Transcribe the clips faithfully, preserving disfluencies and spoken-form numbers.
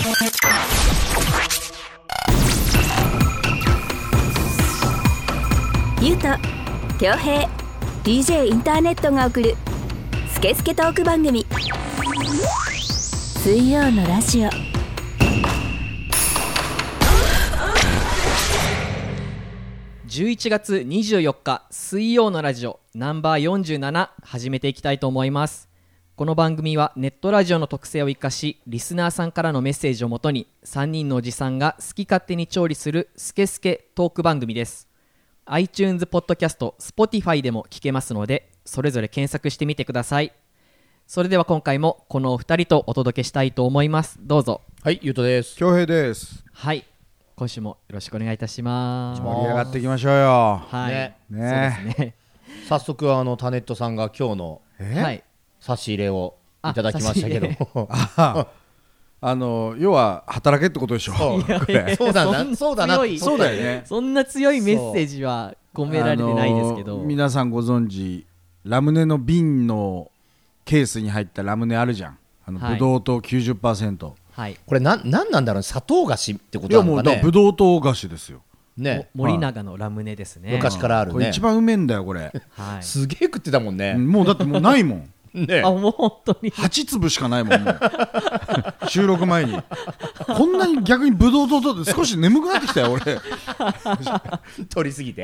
ゆうと恭平 ディージェー インターネットが送るスケスケトーク番組、水曜のラジオ。 じゅういちがつにじゅうよっか水曜のラジオナンバーよんじゅうなな始めていきたいと思います。この番組はネットラジオの特性を生かし、リスナーさんからのメッセージをもとにさんにんのおじさんが好き勝手に調理するスケスケトーク番組です。 iTunes ポッドキャスト Spotify でも聞けますので、それぞれ検索してみてください。それでは今回もこのお二人とお届けしたいと思います。どうぞ。 はい、ゆうとです。 恭平です。 はい、今週もよろしくお願いいたします。 盛り上がっていきましょうよ。 はい、 ねねそうですね。 早速あのタネットさんが今日のはい、 差し入れをいただきましたけど、 ああの要は働けってことでしょ。 そうこれそうだな、そうだな、 強いそうだよね。 そんな強いメッセージは込められてないですけど、 あの皆さんご存知ラムネの瓶のケースに入ったラムネあるじゃん。あの、 はい、 ブドウ糖 きゅうじゅっパーセント、 はい、 これなんなんなんだろう、砂糖菓子ってこといやもうだなのかね。 ブドウ糖菓子ですよ。 ね、 森永のラムネですね。 昔からあるね。 これ一番うめえんだよこれ。 はい、 すげえ食ってたもんね。 もうだってもうないもん。 ね、 あ、もう本当にはちつぶしかないもんもう収録前にこんなに逆にブドウ糖とって少し眠くなってきたよ俺取りすぎて、 うん、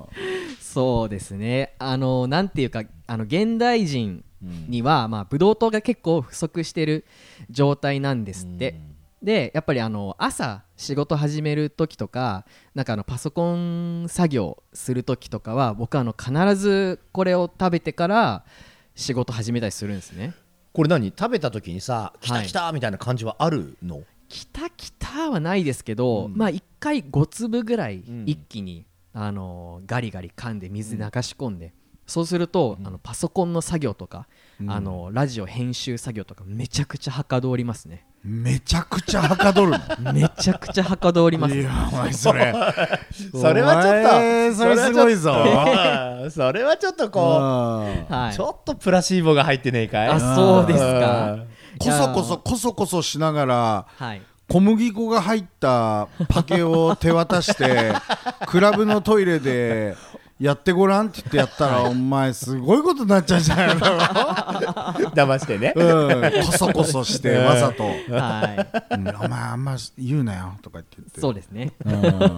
そうですね。あのなんていうか、あの現代人には、うん、まあ、ブドウ糖が結構不足してる状態なんですって、うん、でやっぱりあの朝仕事始める時とか、なんかあのパソコン作業する時とかは僕はあの必ずこれを食べてから仕事始めたりするんですね。 これ何、食べた時にさ、きたきたみたいな感じはあるの？はい、 きたきたはないですけど、うん、まあいっかいごつぶぐらい一気に、うん、あのガリガリ噛んで水流し込んで、うん、そうすると、うん、あのパソコンの作業とか、うん、あのラジオ編集作業とかめちゃくちゃはかどりますね。 めちゃくちゃはかどるのめちゃくちゃはかどります。 いやお前それそれはちょっとそれすごいぞそれはちょっとこう、はい、ちょっとプラシーボが入ってねえかい。 あ、そうですか。 こそこそこそこそしながら、 はい、 小麦粉が入ったパケを手渡してクラブのトイレでやってごらんって言ってやったら、お前すごいことになっちゃうんじゃないの騙してね、 うん、こそこそしてわざと、 はい、 うん、お前あんま言うなよとか言って言って。 そうですね、 うん、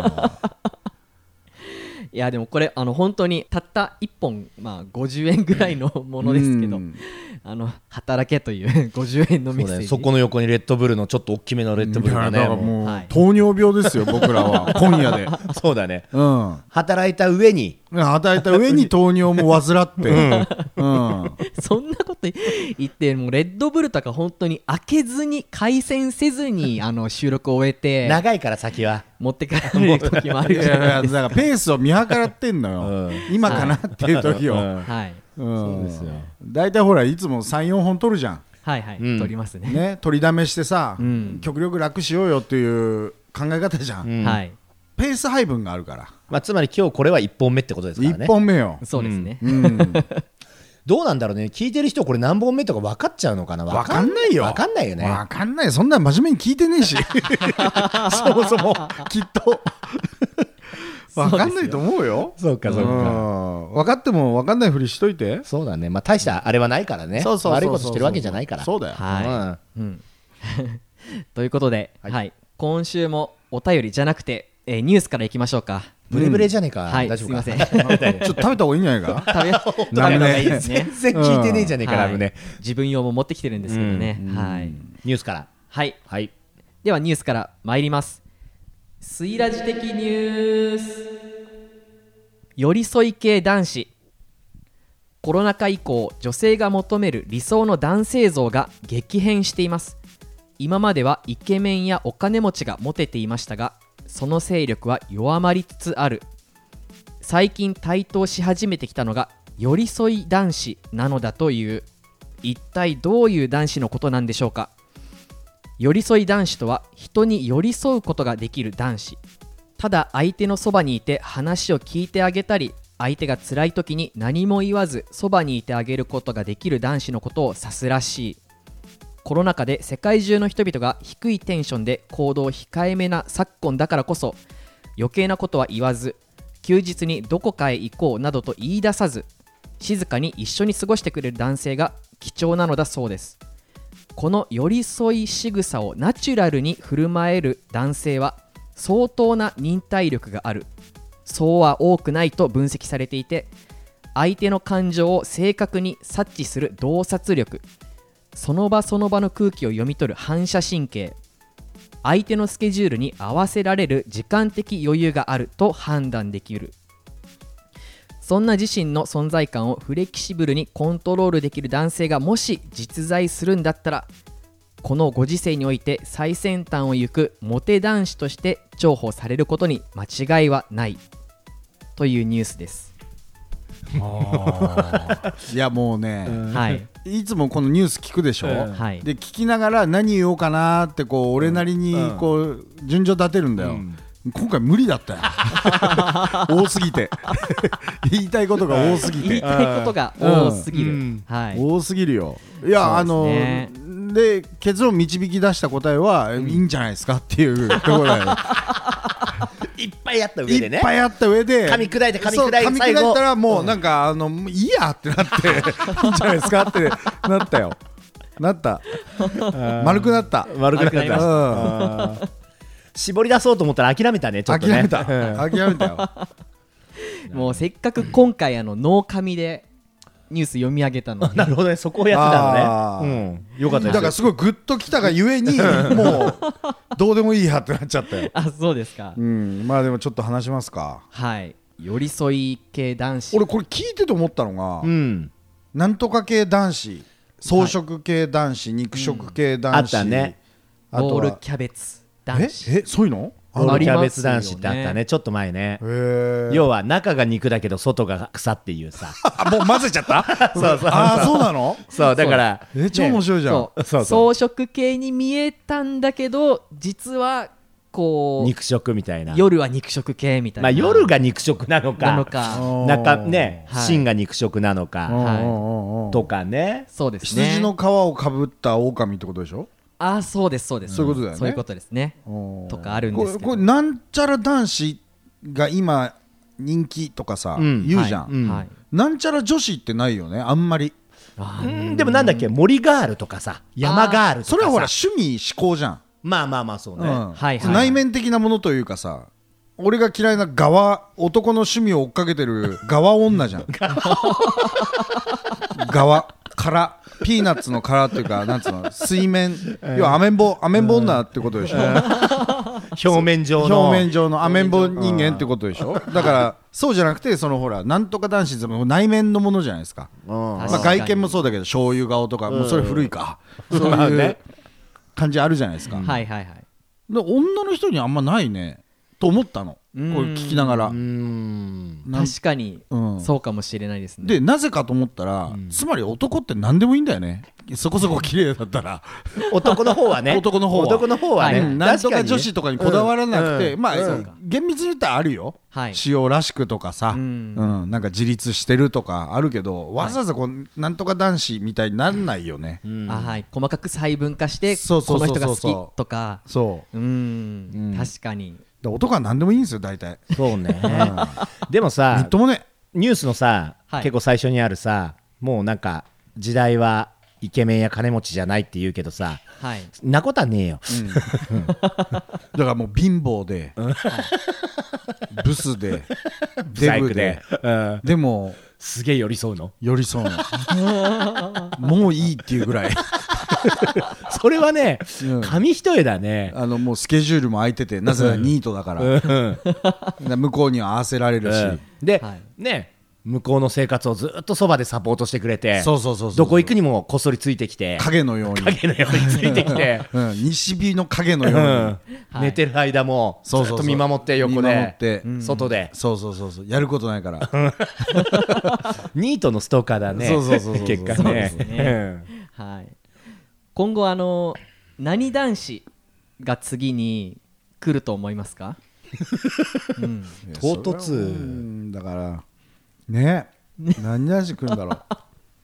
いやでもこれあの本当にたったいっぽん、まあ、ごじゅうえんぐらいのものですけど、うん、あの働けというごじゅうえんのメッセージ。 そ, ね、そこの横にレッドブルのちょっと大きめのレッドブルがね、 もうもう、はい、糖尿病ですよ僕らは今夜でそうだね、 うん、 働いた上に働いた上に糖尿も患って、うんうん、そんなこと言ってもうレッドブルとか本当に開けずに開栓せずにあの収録を終えて長いから先は持って帰る時もあるじゃないですか。 だからペースを見計らってんのよ、うん、今かなっていう時を、 はいはい、 うん、 そうですよ。 だいたいほらいつも さん,よん 本撮るじゃん。 はいはい、うん、撮りますね。 ね、撮りだめしてさ、うん、極力楽しようよっていう考え方じゃん、 うん、はい、 ペース配分があるから、 まあ、つまり今日これはいっぽんめってことですからね。 いっぽんめよ。 そうですね、 うんうん、 どうなんだろうね、聞いてる人これ何本目とか分かっちゃうのかな。 分かんないよ。 分かんないよね。 分かんない。そんな真面目に聞いてねえしそもそもきっと分かんないと思うよ。 そうかそうか、 分かっても分かんないふりしといて。 そうだね、まあ大したあれはないからね、悪いことしてるわけじゃないから。 そうだよ、 はい、うん、ということで、はいはい、今週もお便りじゃなくて、えー、ニュースからいきましょうか。 ブレブレじゃねえか、うん、 はい、 大丈夫か。 すいませんちょっと食べた方がいいんじゃないか食べた方がいいですね。 全然聞いてねえじゃねえか、ラブね、 はい、自分用も持ってきてるんですけどね、うん、はい、 ニュースから、 はい、 はい、 ではニュースから参ります。スイラジ的ニュース。寄り添い系男子。コロナ禍以降、女性が求める理想の男性像が激変しています。今まではイケメンやお金持ちがモテていましたが、その勢力は弱まりつつある。最近台頭し始めてきたのが寄り添い男子なのだという。一体どういう男子のことなんでしょうか。寄り添い男子とは、人に寄り添うことができる男子。ただ相手のそばにいて話を聞いてあげたり、相手が辛い時に何も言わずそばにいてあげることができる男子のことを指すらしい。 コロナ禍で世界中の人々が低いテンションで行動控えめな昨今だからこそ、余計なことは言わず、休日にどこかへ行こうなどと言い出さず、静かに一緒に過ごしてくれる男性が貴重なのだそうです。この寄り添い仕草をナチュラルに振る舞える男性は相当な忍耐力がある、そうは多くないと分析されていて、相手の感情を正確に察知する洞察力、その場その場の空気を読み取る反射神経、相手のスケジュールに合わせられる時間的余裕があると判断できる。そんな自身の存在感をフレキシブルにコントロールできる男性がもし実在するんだったら、このご時世において最先端を行くモテ男子として重宝されることに間違いはないというニュースです。 あいやもうね、 はい、 いつもこのニュース聞くでしょ、うんはい、で聞きながら何言おうかなってこう俺なりにこう順序立てるんだよ、うん、今回無理だったよ多すぎて言いたいことが多すぎて言いたいことが多すぎる、うんうんはい、 多すぎるよ。いやあので結論導き出した答えは、うん、いいんじゃないですかっていうところだよいっぱいあった上でね、 いっぱいあった上で噛み砕いて噛み砕いて噛み砕いたらもうなんか、うん、あのいいやってなっていいんじゃないですかってなったよなった丸くなった丸くなった、うん、絞り出そうと思ったら諦めたねちょっとね諦めた諦めたよもうせっかく今回あのノーカミでニュース読み上げたのなるほどね、そこをやってたのね、うん、よかったです。 だからすごいグッときたがゆえにもうどうでもいいやってなっちゃったよあ、そうですか、 うん、まあでもちょっと話しますか。 はい、寄り添い系男子。 俺これ聞いてて思ったのが、 うん、 なんとか系男子、草食系男子、はい、肉食系男子、うん、 あったね。 あとはロールキャベツ男子。 ええそういうのロールキャベツ男子ってあったね、ちょっと前ね。要は中が肉だけど外が草っていうさもう混ぜちゃったそうそうそう、 ああそうなの。 そうだからえ超面白いじゃん、ね、 そうそうそう、草食系に見えたんだけど実はこう肉食みたいな、 夜は肉食系みたいな、 まあ、夜が肉食なのかなのか中ね、 はい、 芯が肉食なのか、 はい、 とかね。 そうですね、 羊の皮をかぶった狼ってことでしょ。 あ、そうですそうです、 そういうことだよね、 そういうことですねとかあるんですけど、 これ、これなんちゃら男子が今人気とかさ、うん、言うじゃん、はいうんはい、なんちゃら女子ってないよねあんまり。 あんでもなんだっけ、森ガールとかさ山ガールとかさ、 それはほら趣味嗜好じゃん。 まあまあまあそうね、 うんはいはい、内面的なものというかさ、俺が嫌いな側男の趣味を追っかけてる側女じゃん側からピーナッツの殻っていうかなんつうの水面、要はアメンボアメンボ女ってことでしょ、うん、 表面上の表面上のアメンボ人間ってことでしょ。だからそうじゃなくてそのほらなんとか男子って内面のものじゃないですか、まあ、外見もそうだけど醤油顔とか、うん、もうそれ古いか、うん、そういう感じあるじゃないですか、 うん、はいはいはい。 で女の人にあんまないねと思ったの、これ聞きながら。うーん、確かに、うん、そうかもしれないですね。 でなぜかと思ったら、うん、つまり男って何でもいいんだよね、そこそこ綺麗だったら男の方はね男の方は男の方はね、 うん、なんとか女子とかにこだわらなくて、うん、まあ、うん、厳密に言ったらあるよ、はい、塩らしくとかさ、うんうん、なんか自立してるとかあるけど、わざわざこうなんとか男子みたいにならないよね、 うんあはい、細かく細分化してこの人が好きとか、そううん、うん、確かに男は何でもいいんですよ大体。 そうね、うん、でもさみっともねニュースのさ、はい、結構最初にあるさ、もうなんか時代はイケメンや金持ちじゃないって言うけどさ、はい、なことはねえよ、うん、だからもう貧乏でブスでデブで、うん、でもすげえ寄り添うの寄り添うのもういいっていうぐらいそれはね、うん、紙一重だね。 あのもうスケジュールも空いてて、なぜならニートだから、うん、向こうには合わせられるし、うん、 で、はい、ね向こうの生活をずっとそばでサポートしてくれて、 そうそうそうそう、 どこ行くにもこっそりついてきて、 影のように影のようについてきて、 うん、西日の影のように、うんはい、寝てる間もずっと見守って横で外で、 そうそうそうそうやることないからニートのストーカーだね。 そうそうそうそう結果ね、 はい、今後あの何男子が次に来ると思いますか？ うん、唐突だからね何男子来るんだろう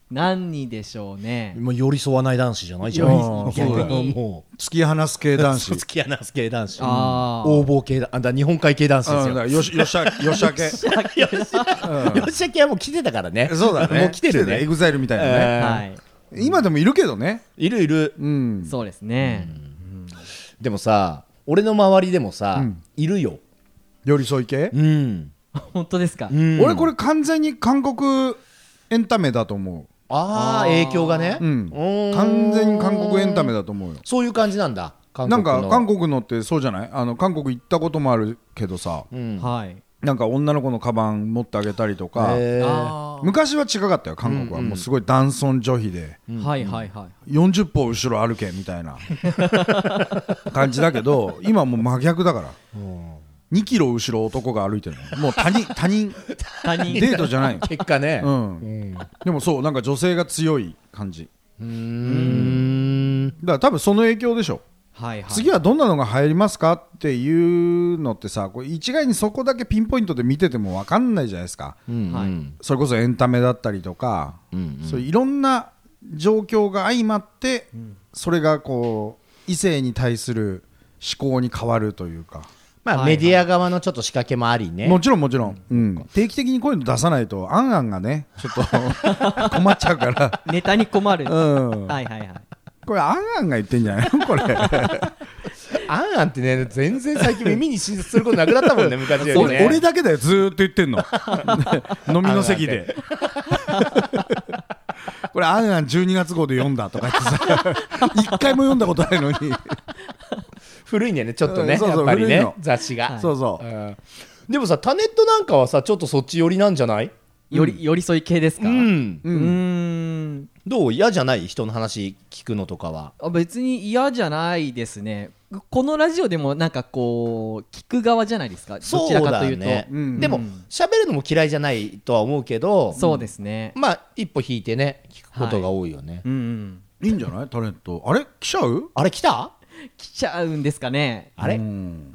何でしょうね。 もう寄り添わない男子じゃないじゃん。 逆にもう突き放す系男子突き放す系男子、 あ横暴系だ、あだ日本海系男子ですよ。 よしよしあよしあけよしあけはもう来てたからね。 そうだね、 もう来てるね。 エグザイルみたいなね、 はい今でもいるけどね。 いるいる、 うん、 そうですね、 うん、でもさ俺の周りでもさ、うん、いるよ寄り添い系、 うん、 本当ですか、 うん、 俺これ完全に韓国エンタメだと思う。 ああ影響がね、 うん、完全に韓国エンタメだと思うよ。 そういう感じなんだ。韓な国のんか韓国のってそうじゃない。あの韓国行ったこともあるけどさ、 うん、 はいなんか女の子のカバン持ってあげたりとか、昔は違かったよ韓国は、うんうん、もうすごい男尊女卑で、 うん、はいはいはいよんじゅっぽ後ろ歩けみたいな感じだけど今もう真逆だから、うん、にキロ後ろ男が歩いてるのもう他人他人他人デートじゃないの結果ね、 うんうん、でもそうなんか女性が強い感じ。 うーんだから多分その影響でしょ。 はいはい、 次はどんなのが流行りますかっていうのってさ、これ一概にそこだけピンポイントで見てても分かんないじゃないですか、 うんうん、 それこそエンタメだったりとか、うんうん、そういういろんな状況が相まって、うん、それがこう異性に対する思考に変わるというか、 まあはいはい、メディア側のちょっと仕掛けもありね。 もちろんもちろん、うん、定期的にこういうの出さないとアンアンがねちょっと困っちゃうからネタに困る、 うん、 はいはいはい。 これアンアンが言ってんじゃないのこれアンアンってね全然最近耳にすることなくなったもんね昔よりね。 俺だけだよずーっと言ってんの飲みの席でこれアンアンじゅうにがつ号で読んだとか言ってさ一回も読んだことないのに古いんだよねちょっとね、うん、そうそうやっぱりね雑誌が、 はい、そうそう、うん、 でもさタネットなんかはさちょっとそっち寄りなんじゃない？ より、うん、寄り添い系ですか？うん、 うんうん、どう嫌じゃない人の話聞くのとかは？ あ別に嫌じゃないですね。このラジオでもなんかこう聞く側じゃないですか。どちらかというと、 ねうん、でも喋るのも嫌いじゃないとは思うけど、 そうですね、 まあ一歩引いてね聞くことが多いよね、はいうんうん、 いいんじゃないタレント。あれ来ちゃう？ あれ来た？ 来ちゃうんですかね。 あれ、うん、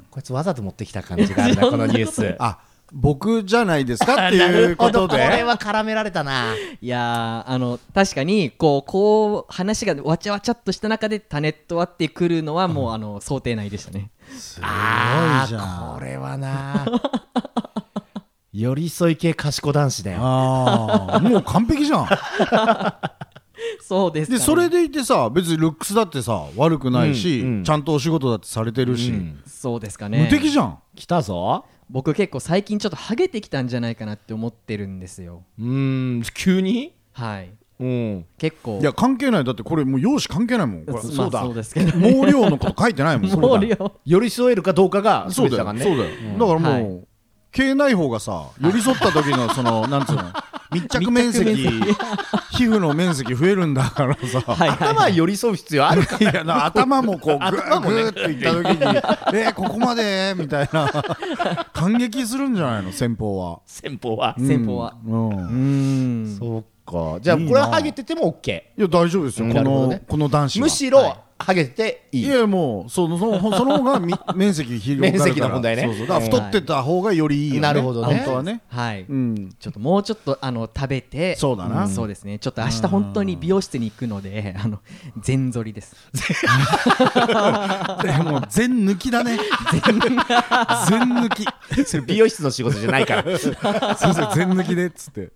こいつわざと持ってきた感じがあるなこのニュース。 あ僕じゃないですかっていうことでこれは絡められたな。 いやあの確かにこうこう話がわちゃわちゃっとした中でタネット割ってくるのはもう、うん、あの想定内でしたね。 すごいじゃん。 あこれはな寄り添い系賢男子だよ。 あもう完璧じゃんそうですかね。 でそれでいてさ別にルックスだってさ悪くないし、うんうん、ちゃんとお仕事だってされてるし、うん、 そうですかね。 無敵じゃん。 来たぞ。 僕結構最近ちょっとハゲてきたんじゃないかなって思ってるんですよ。 うーん急に？ はい、 うん、 結構いや関係ない。だってこれもう容姿関係ないもんこれ。 そうだ、まあ、そうですけど毛量のこと書いてないもん毛量寄り添えるかどうかがそうだよね。そうだよ、うん、だからもう、はい、毛ない方がさ寄り添った時のそのなんつうの密着面積皮膚の面積増えるんだからさ、 はいはいはい、頭寄り添う必要あるか？ いや頭もこうグーグーっていった時にえー、ここまでみたいな感激するんじゃないの先方は。 先方は、 うん、先方は、うん、 うんそうか。じゃあこれはハゲてても OK？ いや大丈夫ですよ、うん、この、ね、この男子はむしろ、はいハゲていい。 いやもうそのそのその方が面積広がるから面積の問題ね。 そうそうだから太ってた方がよりいいよね、うん、 なるほどね本当はね。 はい、うん、ちょっともうちょっとあの食べてそうだな、 うん、そうですね。ちょっと明日本当に美容室に行くのであの全剃りですでも全抜きだね全抜きそれ美容室の仕事じゃないからそうそう全抜きでっつって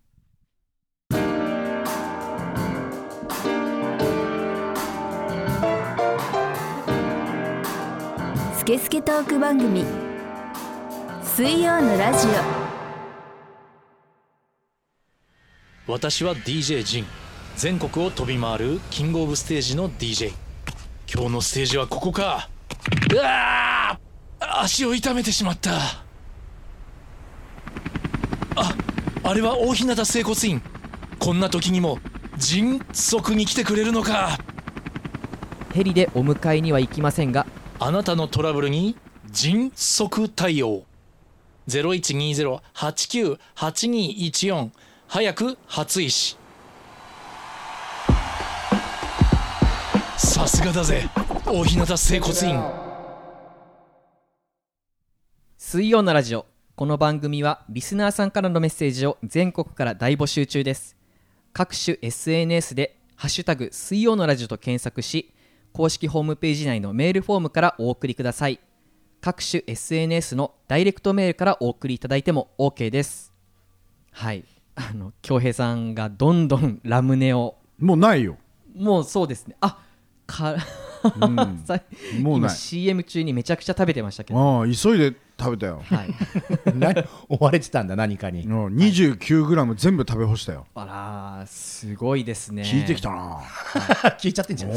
スケスケトーク番組水曜のラジオ。私は ディージェー ジン、全国を飛び回るキングオブステージの ディージェー。 今日のステージはここか。うわー足を痛めてしまった。あ、あれは大日向整骨院。こんな時にも迅速に来てくれるのか。 ヘリでお迎えには行きませんがあなたのトラブルに迅速対応。 ゼロいちにゼロ はちきゅう はちにいちよん 早く初医師。さすがだぜ大日向整骨院。 水曜のラジオ。この番組はリスナーさんからのメッセージを全国から大募集中です。 各種 エスエヌエス でハッシュタグ水曜のラジオと検索し、公式ホームページ内のメールフォームからお送りください。各種 エスエヌエス のダイレクトメールからお送りいただいても OK です。はい、あの恭平さんがどんどんラムネをもうないよ。 もうそうですね。あか、うん、もうない。今 シーエム 中にめちゃくちゃ食べてましたけど、 ああ急いで食べたよ、 はい、追われてたんだ何かに。 にじゅうきゅうグラム 全部食べ干したよ。 あらすごいですね。 聞いてきたな、 はい、聞いちゃってんじゃん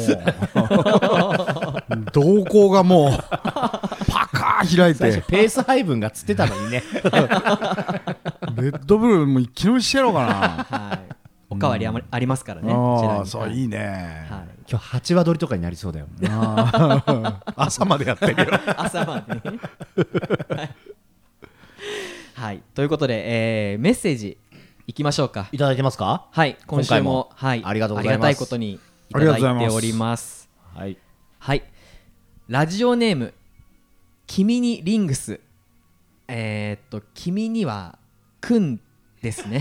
瞳孔がもうパカー開いて、 最初ペース配分がつってたのにねレッドブルも一気飲みしてやろうかな、 はい、おかわり あ,、うん、ありますからね。 ああそういいね、 はい、 今日はちわ撮りとかになりそうだよ。 あ朝までやってるよ朝までねはい、はい、ということで、えー、メッセージいきましょうか。 いただいてますか。 はい、今週も、はい、 ありがとうございます。 ありがたいことにいただいております。 はい、 はい、ラジオネーム君にリングス、えー、っと君にはくんですね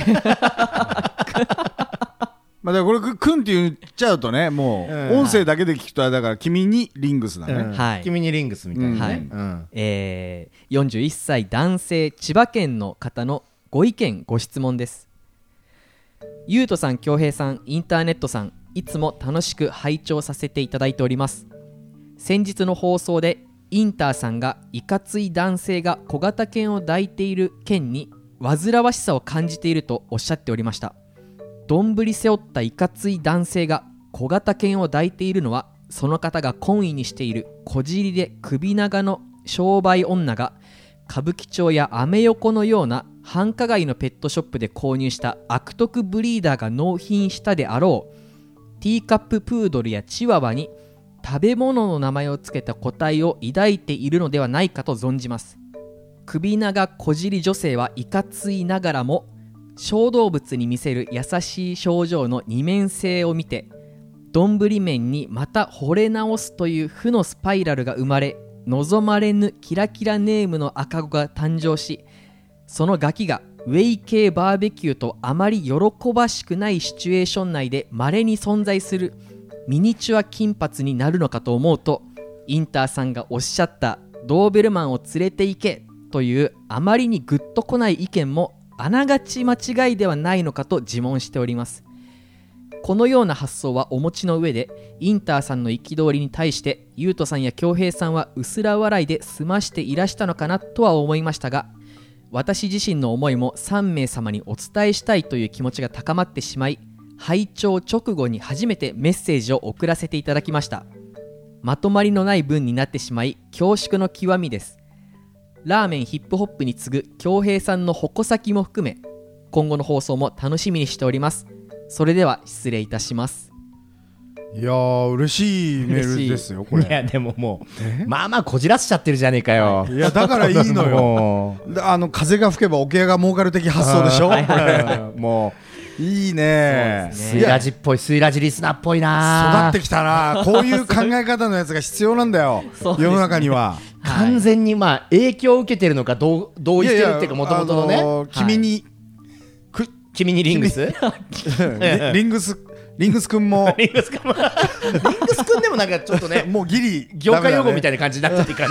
まあだからこれくんって言っちゃうとね、もう音声だけで聞くとあれだから君にリングスだね、 うん、はい、君にリングスみたいなね、うんはい、うん、 えー、よんじゅういっさい男性千葉県の方のご意見ご質問です。ゆうとさん、恭平さん、インターネットさん、いつも楽しく拝聴させていただいております。先日の放送でインターさんがいかつい男性が小型犬を抱いている件に煩わしさを感じているとおっしゃっておりました。どんぶり背負ったいかつい男性が小型犬を抱いているのは、その方が懇意にしている小尻で首長の商売女が歌舞伎町やアメ横のような繁華街のペットショップで購入した悪徳ブリーダーが納品したであろうティーカッププードルやチワワに食べ物の名前をつけた個体を抱いているのではないかと存じます。首長小尻女性はいかついながらも小動物に見せる優しい表情の二面性を見て、丼麺にまた惚れ直すという負のスパイラルが生まれ、望まれぬキラキラネームの赤子が誕生し、そのガキがウェイ系バーベキューとあまり喜ばしくないシチュエーション内で稀に存在するミニチュア金髪になるのかと思うと、インターさんがおっしゃったドーベルマンを連れて行けというあまりにグッとこない意見もあながち間違いではないのかと自問しております。このような発想はお持ちの上で、インターさんの憤りに対してゆうとさんや恭平さんは薄ら笑いで済ましていらしたのかなとは思いましたが、私自身の思いもさんめい様にお伝えしたいという気持ちが高まってしまい、拝聴直後に初めてメッセージを送らせていただきました。まとまりのない文になってしまい恐縮の極みです。ラーメンヒップホップに次ぐ恭平さんの矛先も含め、今後の放送も楽しみにしております。それでは失礼いたします。 いやー嬉しいメールですよこれ。 いやでももうまあまあこじらせちゃってるじゃねえかよ。 いやだからいいのよあの風が吹けば桶屋が儲かる的発想でしょもういいね。 スイラジっぽい、スイラジリスナーっぽいな。 育ってきたな。こういう考え方のやつが必要なんだよ世の中には。 完全にまあ影響を受けてるのか同同意してるっていうか、もともとのね、あのー、君に、 はい、君にリングスリングスリングスくんもリングスくんもリングスくんでもなんかちょっとねもうギリ業界用語みたいな感じになっちゃっていかん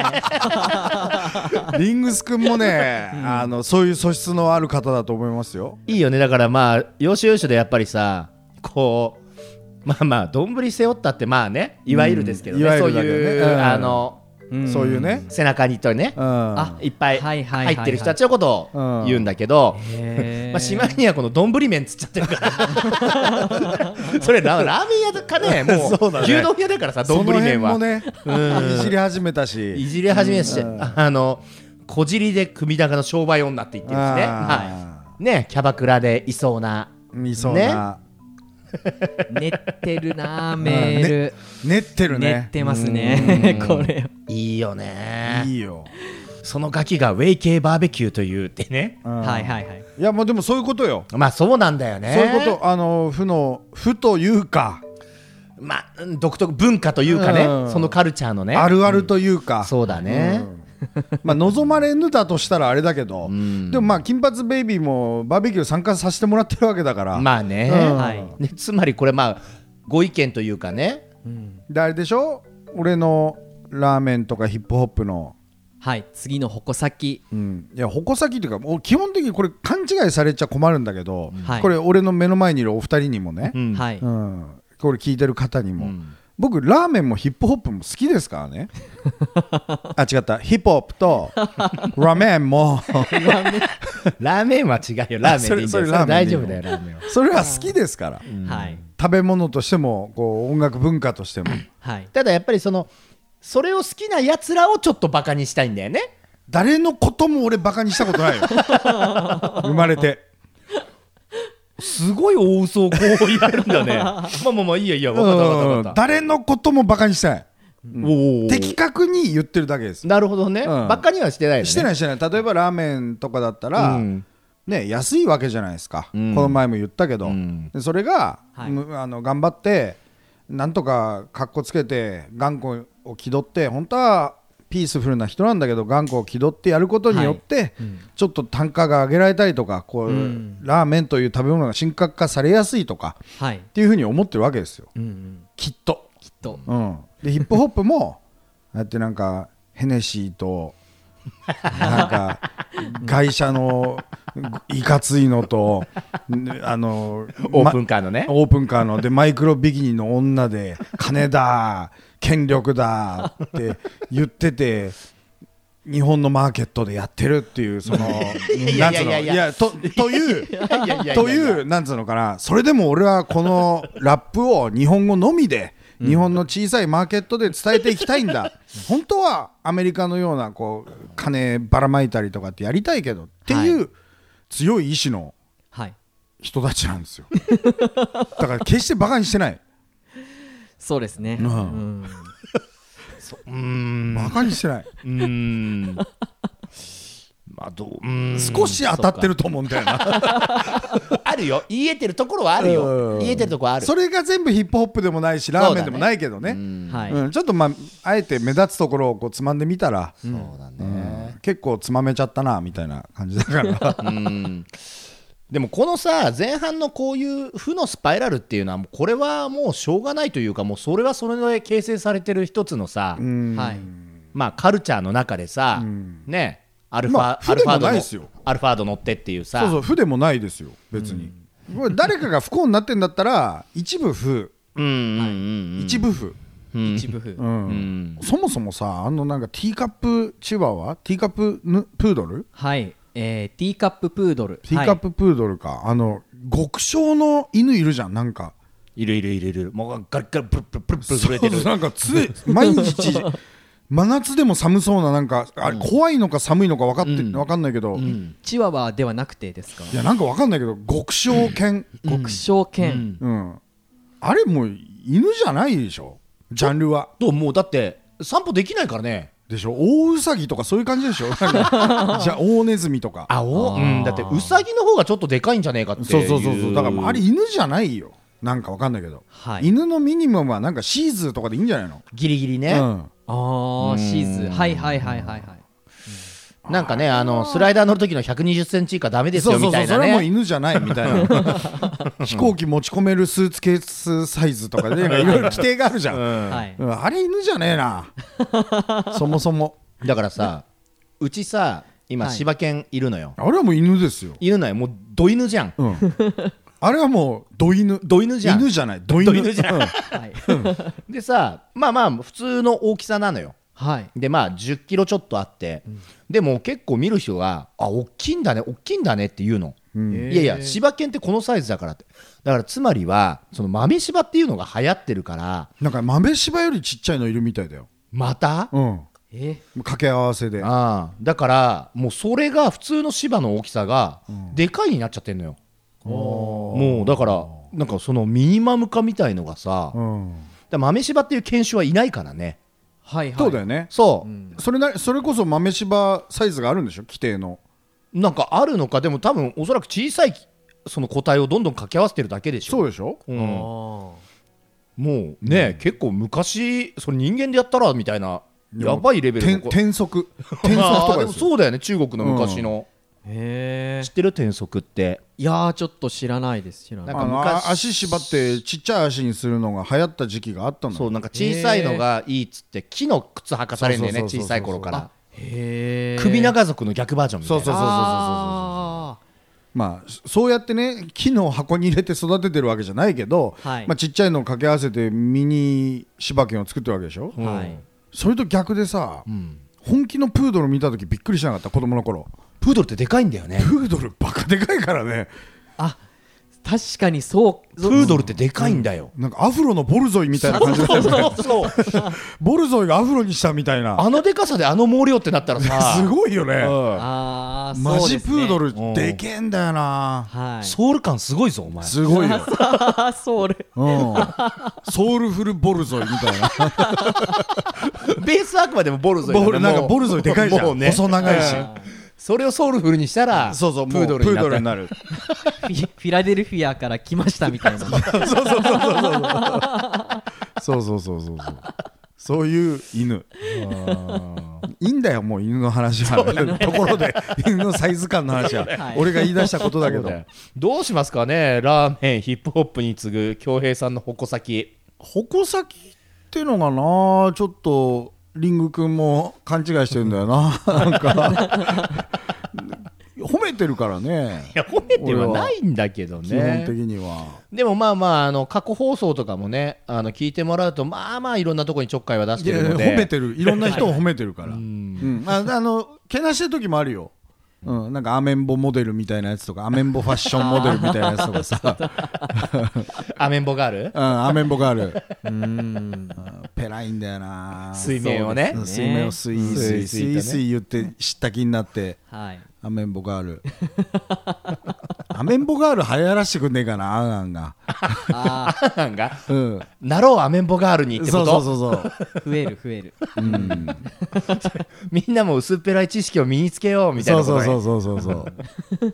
ねリングスくんもね、うん、あのそういう素質のある方だと思いますよ。 いいよね。だからまあ要所要所でやっぱりさ、こうまあまあ丼背負ったってまあね、いわゆるですけどね、うん、そういう、うん、あのうん、そういうね背中にとね、うん、あいっぱい入ってる人たちのことを言うんだけど、まあしまいにはこの丼麺つっちゃってるからそれ ラ, ラーメン屋かね、もうね、牛丼屋だからさ、丼麺は、 ね、うん、いじり始めたしいじり始めたし、うん、あの小尻で首長の商売女って言ってるしね、はい、ね、キャバクラでいそうないそうな、ね、 練ってるなメール、 ね、練ってるね、 練ってますねこれいいよね。 いいよ。 そのガキがウェイ系バーベキューというってね、 はいはいはい。 いやもうでもそういうことよ。 まあそうなんだよね。 そういうこと、あの負の負というか、 まあ独特文化というかね、うん、そのカルチャーのね、 あるあるというか、 うん、そうだね、 まあ望まれぬだとしたらあれだけど、でもまあ金髪ベイビーもバーベキュー参加させてもらってるわけだから、 まあね、うんはい、ねつまりこれまあご意見というかね、 うん、であれでしょ、俺のラーメンとかヒップホップのはい次の矛先、 うん、いや矛先っていうか基本的にこれ勘違いされちゃ困るんだけど、うん、これ俺の目の前にいるお二人にもね、うんはいうん、これ聞いてる方にも、うん、僕ラーメンもヒップホップも好きですからねあ違ったヒップホップとラーメンもラーメンは違うよ、ラーメンでいいんだよ、それ大丈夫だよ、ラーメンはそれは好きですから、うんはい、食べ物としてもこう音楽文化としても、 はい、ただやっぱりそのそれを好きなやつらをちょっとバカにしたいんだよね。 誰のことも俺バカにしたことないよ生まれてすごい大嘘をこうやるんだねまあまあまあいいやいいや分かった分かった分かった、 誰のこともバカにしたい、うん、的確に言ってるだけです。 なるほどね、うん、バカにはしてないよね。 してないしてない。例えばラーメンとかだったら、うんね、安いわけじゃないですか、うん、この前も言ったけど、うん、でそれが、はい、あの頑張ってなんとかかっこつけて頑固を気取って、本当はピースフルな人なんだけど頑固を気取ってやることによって、はいうん、ちょっと単価が上げられたりとかこう、うん、ラーメンという食べ物が神格化されやすいとか、はい、っていうふうに思ってるわけですよ、うんうん、きっときっと、 うん、でヒップホップもだってなんかヘネシーとなんか会社のいかついのとあのオープンカーのね、 オープンカーのでマイクロビキニの女で金だ権力だって言ってて日本のマーケットでやってるっていうそのなんつうのいやとというというなんつうのかな、それでも俺はこのラップを日本語のみで日本の小さいマーケットで伝えていきたいんだ、うん、本当はアメリカのようなこう金ばらまいたりとかってやりたいけどっていう強い意志の人たちなんですよだから決してバカにしてない。 そうですね、うんうん、 そうーんバカにしてない。うーんまあ、どううーん少し当たってると思うんだよなあるよ、言えてるところはあるよ、言えてるところはある。 それが全部ヒップホップでもないしラーメンでもないけどね、うんうん、ちょっとまああえて目立つところをこうつまんでみたら、そうだね、うん、結構つまめちゃったなみたいな感じだからうんでもこのさ前半のこういう負のスパイラルっていうのはもうこれはもうしょうがないというか、もうそれはそれで形成されてる一つのさ、はい、まあカルチャーの中でさ、ねアルファ、まあ、アルファードのアルファード乗ってっていうさ、 そうそう負でもないですよ別に、うん、誰かが不幸になってんだったら一部負、うんうんうんうん、一部負、 うん、一部負、うんうん、そもそもさあのなんかティーカップチワワティーカップヌプードルはいえー、ティーカッププードルティーカッププードルか、はい、あの極小の犬いるじゃん、なんかいるいるいるいる、もうガリガリプルプルプルプル震えてる、 なんかつ毎日真夏でも寒そうな、なんかあれ怖いのか寒いのか分かって、うん、分かんないけど、うん、 チワワではなくてですか。 いやなんか分かんないけど極小犬、 うん、極小犬、 うんうん、あれもう犬じゃないでしょジャンルは。 どうもうだって散歩できないからね。 でしょ、大ウサギとかそういう感じでしょじゃあ大ネズミとか、 あお、うん、だってウサギの方がちょっとでかいんじゃねえかっていう。 そうそうそうそう、だからあれ犬じゃないよ、なんかわかんないけど、はい、犬のミニマムはなんかシーズーとかでいいんじゃないの、 ギリギリね、うん、 ああシーズー、はいはいはいはいはい、 うん、なんかねあのスライダー乗る時のひゃくにじゅっセンチ以下ダメですよみたいなね。 そうそうそう、それはもう犬じゃないみたいな飛行機持ち込めるスーツケースサイズとかでいろいろ規定があるじゃん、うんはい、あれ犬じゃねえなそもそも。 だからさ、うちさ今、はい、柴犬いるのよ。 あれはもう犬ですよ。 犬ないもうド犬じゃん、うん、 あれはもうド犬ド犬じゃん。 犬じゃないド犬、 ド犬じゃん、はい、でさまあまあ普通の大きさなのよ、はい、でまあじゅっキロちょっとあって、うん、でも結構見る人があ大きいんだね大きいんだねって言うの、うん、いやいや柴犬ってこのサイズだからって。だからつまりはその豆柴っていうのが流行ってるから、 なんか豆柴よりちっちゃいのいるみたいだよまた、うんえ掛け合わせで。 あだからもうそれが普通の芝の大きさがでかいになっちゃってんのよ、うん、もうだからなんかそのミニマム化みたいのがさ、うん、だ豆柴っていう犬種はいないからね。 はいはい、そうだよね。 そう、うん、 それなそれこそ豆柴サイズがあるんでしょ規定の。 なんかあるのか。でも多分おそらく小さいその個体をどんどん掛け合わせてるだけでしょ。 そうでしょ、うん、 もうね、うん、結構昔それ人間でやったらみたいなやばいレベルの転足転足とかですよ。 そうだよね、中国の昔の、 うん、へ知ってる転足って。 いやーちょっと知らないです。知らない。 なんか昔足縛ってちっちゃい足にするのが流行った時期があったのよ。 そうなんか小さいのがいいっつって木の靴履かされるんだよね、小さい頃から。 へー、 首長族の逆バージョンみたいな。 そうそうそうそうそうそう。まあそうやってね木の箱に入れて育ててるわけじゃないけど、はい、まあ、ちっちゃいのを掛け合わせてミニ柴犬を作ってるわけでしょ、はい、それと逆でさ、うん、本気のプードル見た時びっくりしなかった？子供の頃。 プードルってでかいんだよね。 プードルバカでかいからね。 あ、確かにそう。 プードルってでかいんだよ、 うん、なんかアフロのボルゾイみたいな感じだよね。そうボルゾイがアフロにしたみたいな。 あのでかさであの毛量ってなったらさすごいよね、うん、 あマジプードルでけえんだよな、 はい、 ソウル感すごいぞお前。 すごいよソウル、 うん、ソウルフルボルゾイみたいなベースはあくまでもボルゾイ、ね、 ボルなんかボルゾイでかいじゃん、ね、細長いし、 それをソウルフルにしたらそうそうプードルになる。 フィラデルフィアから来ましたみたいな。そうそうそうそうそうそうそうそうそういう犬。いいんだよもう犬の話は、ね、ところで犬のサイズ感の話は、はい、俺が言い出したことだけど。 どうしますかね、ラーメンヒップホップに次ぐ恭平さんの矛先。 矛先ってのがな、ちょっとリング君も勘違いしてるんだよな。なんか褒めてるからね。 いや褒めてはないんだけどね、 基本的には。 でもまあまあ、あの過去放送とかもね、あの聞いてもらうとまあまあいろんなところにちょっかいは出してるので。 いや褒めてる、いろんな人を褒めてるから、うん、あ, あのけなしてる時もあるよ。うん、なんかアメンボモデルみたいなやつとかアメンボファッションモデルみたいなやつとかさアメンボガール、 うん、アメンボガールうーんペラいんだよな。 水面を ね, ね水面をスイースイスイスイ言って知った気になって、はい、アメンボガールアメンボガール流行らしてくんねえかな、アンアンがアンアンが、うん、なろうアメンボガールにってこと。 そうそうそうそう増える増える、 うん、みんなも薄っぺらい知識を身につけようみたいなことね。 そうそうそうそうそう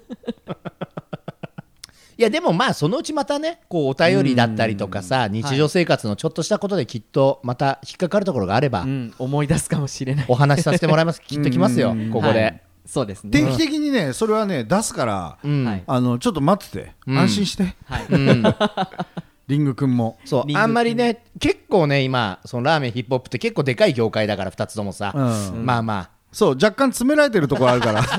いやでもまあそのうちまたね、こうお便りだったりとかさ、日常生活のちょっとしたことできっとまた引っかかるところがあれば、うん、 思い出すかもしれない。 お話しさせてもらいます。きっときますよここで、はい、 そうですね。 定期的にねそれはね出すから、うん、あのちょっと待ってて、うん、安心して、はいうん、リング君もそうあんまりね結構ね今そのラーメンヒップホップって結構でかい業界だからふたつともさ、うん、まあまあそう若干詰められてるところあるから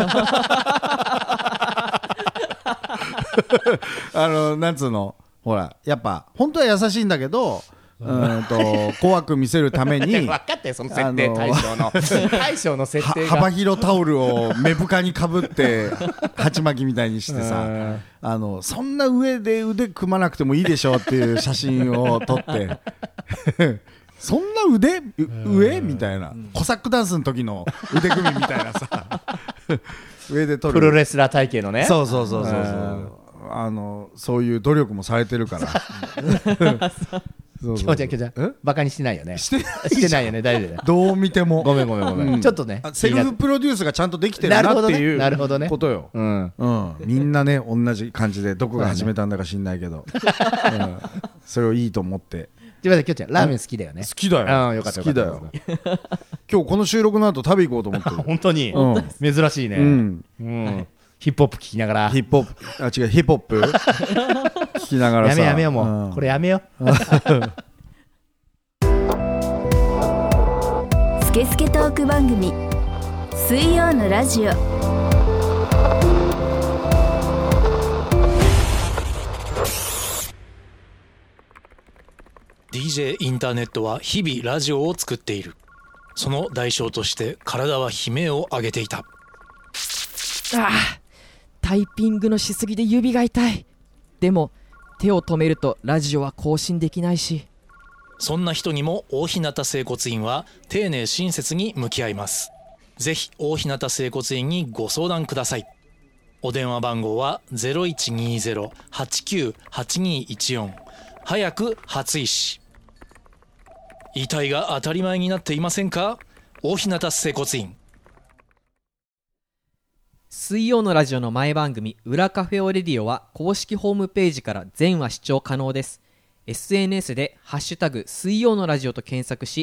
あのなんつうのほらやっぱ本当は優しいんだけどうんと怖く見せるために分かったよその設定、大将の大将の設定が幅広タオルを目深にかぶって鉢巻きみたいにしてさあのそんな上で腕組まなくてもいいでしょっていう写真を撮ってそんな腕上みたいなコサックダンスの時の腕組みみたいなさ上で撮るプロレスラー体型のね。 そうそうそうそうそうあのそういう努力もされてるからそうそうそう。きょうちゃんきょうちゃんバカにしてないよね。 してないしてないよね。大丈夫だよ。 どう見てもごめんごめんごめん、うん、ちょっとねセルフプロデュースがちゃんとできてるなっていうなるほどねことよ、うんうん、みんなね同じ感じでどこが始めたんだか知んないけど、うん、それをいいと思って。 ということできょうちゃんラーメン好きだよね。 好きだよ、 うん、よかった好きだよ今日この収録の後食べ行こうと思ってる本当に、うん、珍しいね、うんうんはい、ヒップホップ聞きながらヒップホップあ違うヒップホップ聞きながらさやめやめよもう、うん、これやめよスケスケトーク番組水曜のラジオ。 ディージェー インターネットは日々ラジオを作っている。その代償として体は悲鳴を上げていた。ああ、タイピングのしすぎで指が痛い。でも手を止めるとラジオは更新できないし。 そんな人にも大日向整骨院は丁寧親切に向き合います。ぜひ大日向整骨院にご相談ください。お電話番号は ゼロいちにゼロ はちきゅう はちにいちよん。早く初医師。痛いが当たり前になっていませんか？大日向整骨院。 水曜のラジオの前番組裏カフェオレディオは公式ホームページから全話視聴可能です。 エスエヌエス でハッシュタグ水曜のラジオと検索し、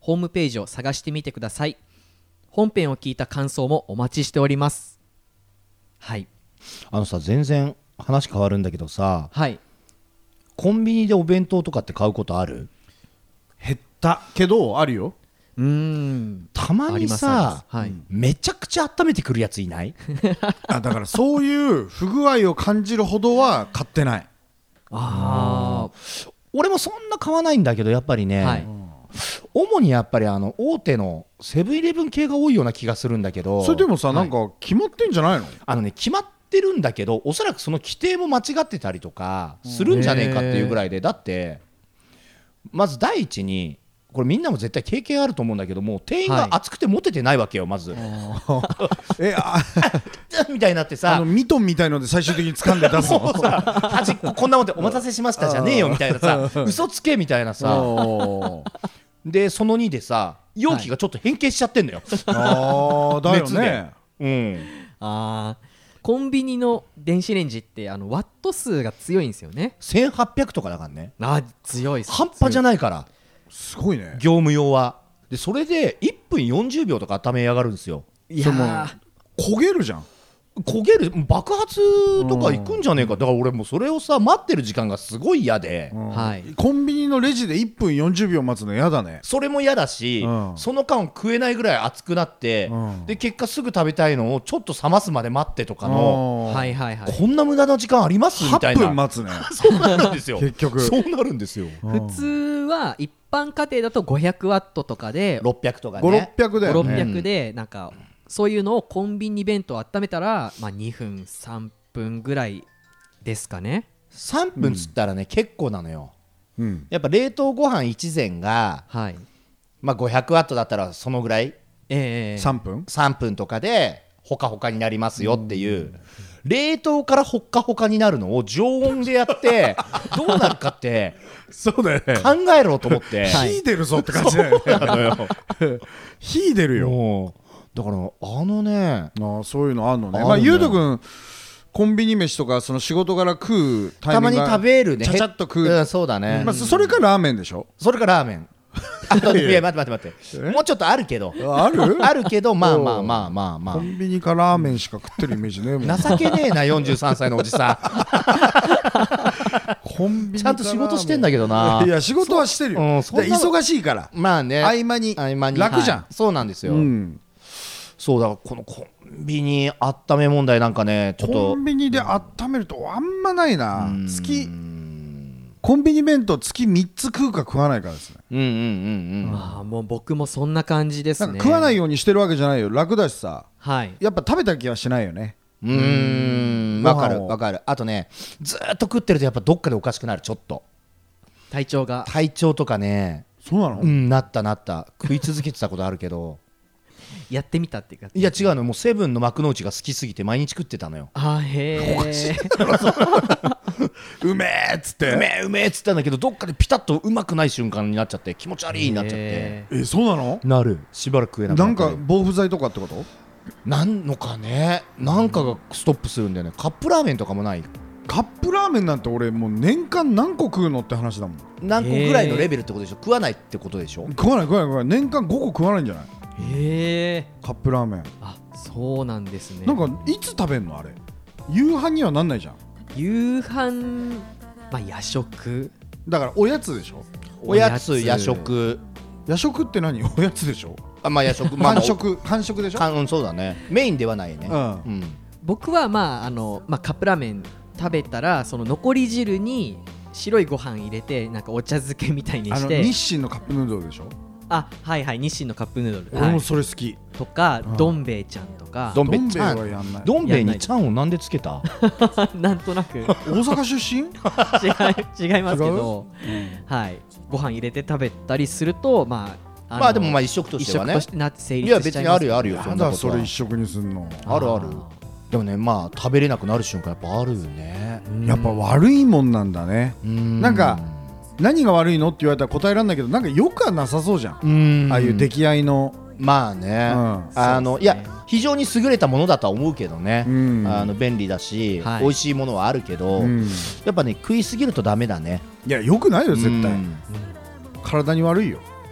ホームページを探してみてください。本編を聞いた感想もお待ちしております。はい。 あのさ、全然話変わるんだけどさ、 はい、 コンビニでお弁当とかって買うことある？ 減ったけどあるよ。 うーん、 たまにさ、 はい、 めちゃくちゃ温めてくるやついない？ あ、だからそういう不具合を感じるほどは買ってない。 ああ、 俺もそんな買わないんだけど、やっぱりね、はい、主にやっぱりあの大手のセブンイレブン系が多いような気がするんだけど。 それでもさ、はい、なんか決まってんじゃないの？ あのね、決まってるんだけど、おそらくその規定も間違ってたりとかするんじゃねえかっていうぐらいで、だってまず第一にこれみんなも絶対経験あると思うんだけども、店員が熱くてモテてないわけよ、まず。えあみたいになってさ、 あのミトンみたいので最終的に掴んで出すの端っここんなもんでお待たせしましたじゃねえよみたいなさ、嘘つけみたいなさで、そのにでさ、容器がちょっと変形しちゃってんのよ、 はい、あだよね、 うん、 あコンビニの電子レンジってあのワット数が強いんですよね。 せんはっぴゃくとかだからね。 あ強いっす。 半端じゃないから。 すごいね、 業務用は。でそれでいっぷんよんじゅうびょうとか温めやがるんですよ。 いやー焦げるじゃん。 焦げる、爆発とかいくんじゃねえか。だから俺もそれをさ待ってる時間がすごい嫌で、 うん、はい、コンビニのレジでいっぷんよんじゅうびょう待つの嫌だね。 それも嫌だし、うん、その間食えないぐらい熱くなって、うん、で結果すぐ食べたいのをちょっと冷ますまで待ってとかの、 はいはいはい、 こんな無駄な時間ありますみたいな。 はっぷん待つねそうなるんですよ結局そうなるんですよ。 普通は一般家庭だとごひゃくワットとかでろっぴゃくとかね、 ごひゃく、ろっぴゃくだよね。 ごひゃくでなんかそういうのをコンビニ弁当を温めたら、まあ、にふんさんぷんぐらいですかね。 さんぷんつったらね、うん、結構なのよ、うん、やっぱ冷凍ご飯一膳が、はい、まあ、ごひゃくワットだったらそのぐらい、 えー、 さんぷんさんぷんとかでほかほかになりますよっていう、うん、冷凍からほっかほかになるのを常温でやってどうなるかってそうだよね、 考えろと思って火出るぞって感じだよね火出るよ。 だからあのね、 あそういうのあんのね。まあゆうとくんコンビニ飯とかその仕事柄食うタイミングがたまに食べるね、 ちゃちゃっと食う、 うん、そうだね、 まあ、それかラーメンでしょ。 それかラーメンあといや待って待って待ってもうちょっとあるけどあるあるけどまあまあまあまあまあコンビニかラーメンしか食ってるイメージね。もう情けねえなよんじゅうさんさいのおじさんコンビニちゃんと仕事してんだけどな。 いや仕事はしてるよ、うん、忙しいからまあね、 合間に合間に楽じゃん、はい、 そうなんですよ、 うん、 そうだからこのコンビニ温め問題なんかね、ちょっとコンビニで温めるとあんまないな。月コンビニ弁当月みっつ食うか食わないかですね。 うんうんうんうん。 あもう僕もそんな感じですね。 なんか食わないようにしてるわけじゃないよ、楽だしさ、 はい、 やっぱ食べた気はしないよね。 うーん、わかるわかる。あとね、ずーっと食ってるとやっぱどっかでおかしくなる。ちょっと体調が体調とかね。 そうなの？ うんなったなった。食い続けてたことあるけどやってみたっていうか。 いや違うの、もうセブンの幕の内が好きすぎて毎日食ってたのよ。 あへえうめえっつってうめえうめえっつったんだけど、どっかでピタッとうまくない瞬間になっちゃって気持ち悪いになっちゃって。 えそうなの？ なる。しばらく食えなくなった。 なんか防腐剤とかってこと？ なんのかね、なんかがストップするんだよね。カップラーメンとかもない？ カップラーメンなんて俺もう年間何個食うのって話だもん。 何個ぐらいのレベルってことでしょ。食わないってことでしょ。 食わない食わない食わない。年間ごこ食わないんじゃない？ へえ。 カップラーメン。 あそうなんですね。 なんかいつ食べんのあれ？夕飯にはなんないじゃん。 夕飯、まあ夜食だからおやつでしょ。 おやつ夜食。 夜食って何？おやつでしょ。 あまあ夜食、まあ、 飯食飯食でしょ。 うん、そうだね。メインではないね、うんうん、僕はまああの、まあ、カップラーメン食べたらその残り汁に白いご飯入れてなんかお茶漬けみたいにして。 あの日清のカップヌードルでしょ。 あはいはい、日清のカップヌードル。 俺もそれ好き、 はい、とか、うん、どん兵衛ちゃんとか。 どん兵衛ちゃんはやんない。 どん兵衛にちゃんをなんでつけたなんとなく大阪出身違い、違いますけど、うん、はい、ご飯入れて食べたりするとまああまあでもまあ一食としてはね、 一食としてなって成立しちゃいます。 いや別にあるよあるよ、 そんなことは。それ一食にすんの。 あるある。でもね、まあ食べれなくなる瞬間やっぱあるよね。 やっぱ悪いもんなんだね。んなんか何が悪いのって言われたら答えられないけど、なんかよくはなさそうじゃん。うんああいう出来合いの。 まあね、うん、あの、ね、いや非常に優れたものだとは思うけどね、うん、あの便利だし、はい、美味しいものはあるけど、うん、やっぱね食いすぎるとダメだね。 いやよくないよ絶対、うん、体に悪いよ。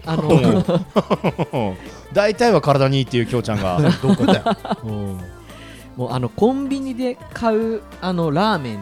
あの大体は体にいいっていうきょうちゃんが毒だよもうあのコンビニで買うあのラーメンって、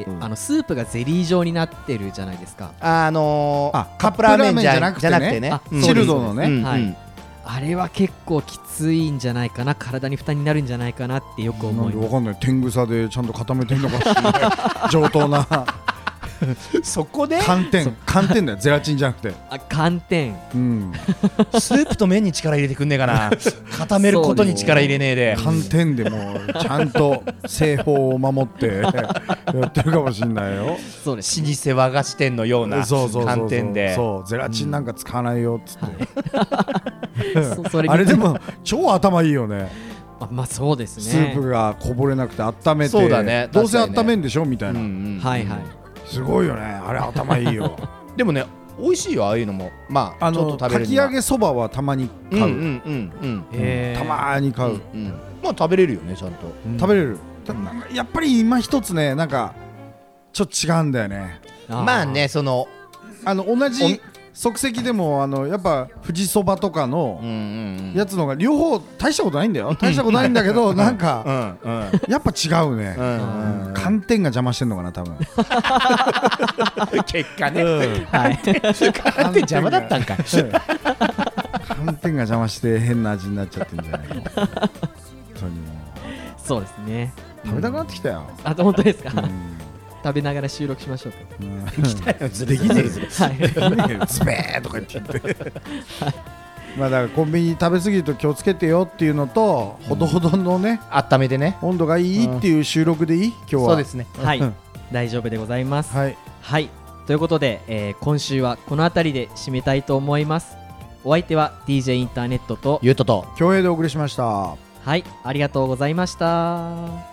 うん、あのスープがゼリー状になってるじゃないですか。 あのー、あカップラーメンじゃなくて ね, てねチルドのね、 うんはい、あれは結構きついんじゃないかな、体に負担になるんじゃないかなってよく思います。 わかんない、天草でちゃんと固めてんのかしらない上等なそこで寒天寒天だよ、ゼラチンじゃなくてあ寒天、 うん、 スープと麺に力入れてくんねえかな固めることに力入れねえで寒天でもうちゃんと製法を守ってやってるかもしれないよ。 そうです、 老舗和菓子店のような寒天で、 そうゼラチンなんか使わないよっつって、 うんはい、 あれでも超頭いいよね。 あまあそうですね、 スープがこぼれなくて温めて、そうだね、どうせ温めんでしょみたいな、うんうん、 はいはい、 すごいよね、あれ頭いいよでもね美味しいよ、ああいうのも。まあ、 あのちょっと食べるにはかき揚げそばはたまに買う、うんうんうんうん、たまに買う、うんうん、 まあ食べれるよねちゃんと、 うん、食べれる。やっぱり今一つね、なんかちょっと違うんだよね。 あまあね、そのあの同じ即席でもあのやっぱ富士そばとかのやつのが両方大したことないんだよ、大したことないんだけどなんかやっぱ違うね、寒天が邪魔してんのかな多分結果ね、寒天邪魔だったんか寒天が邪魔して変な味になっちゃってんじゃないの本当にもう。 そうですね、 食べたくなってきたよ。 あと本当ですか、食べながら収録しましょうか。 うん、来たよ、できねえぞ。はい。ズベーとか言って。まあだからコンビニ食べ過ぎると気をつけてよっていうのと、ほどほどのね、 温めでね、 温度がいいっていう収録でいい？今日は。 そうですね。 はい。大丈夫でございます。 はい。 はい。ということで、えー、今週はこの辺りで締めたいと思います。お相手は ディージェー インターネットとゆうとと恭平でお送りしました。 はい、ありがとうございました。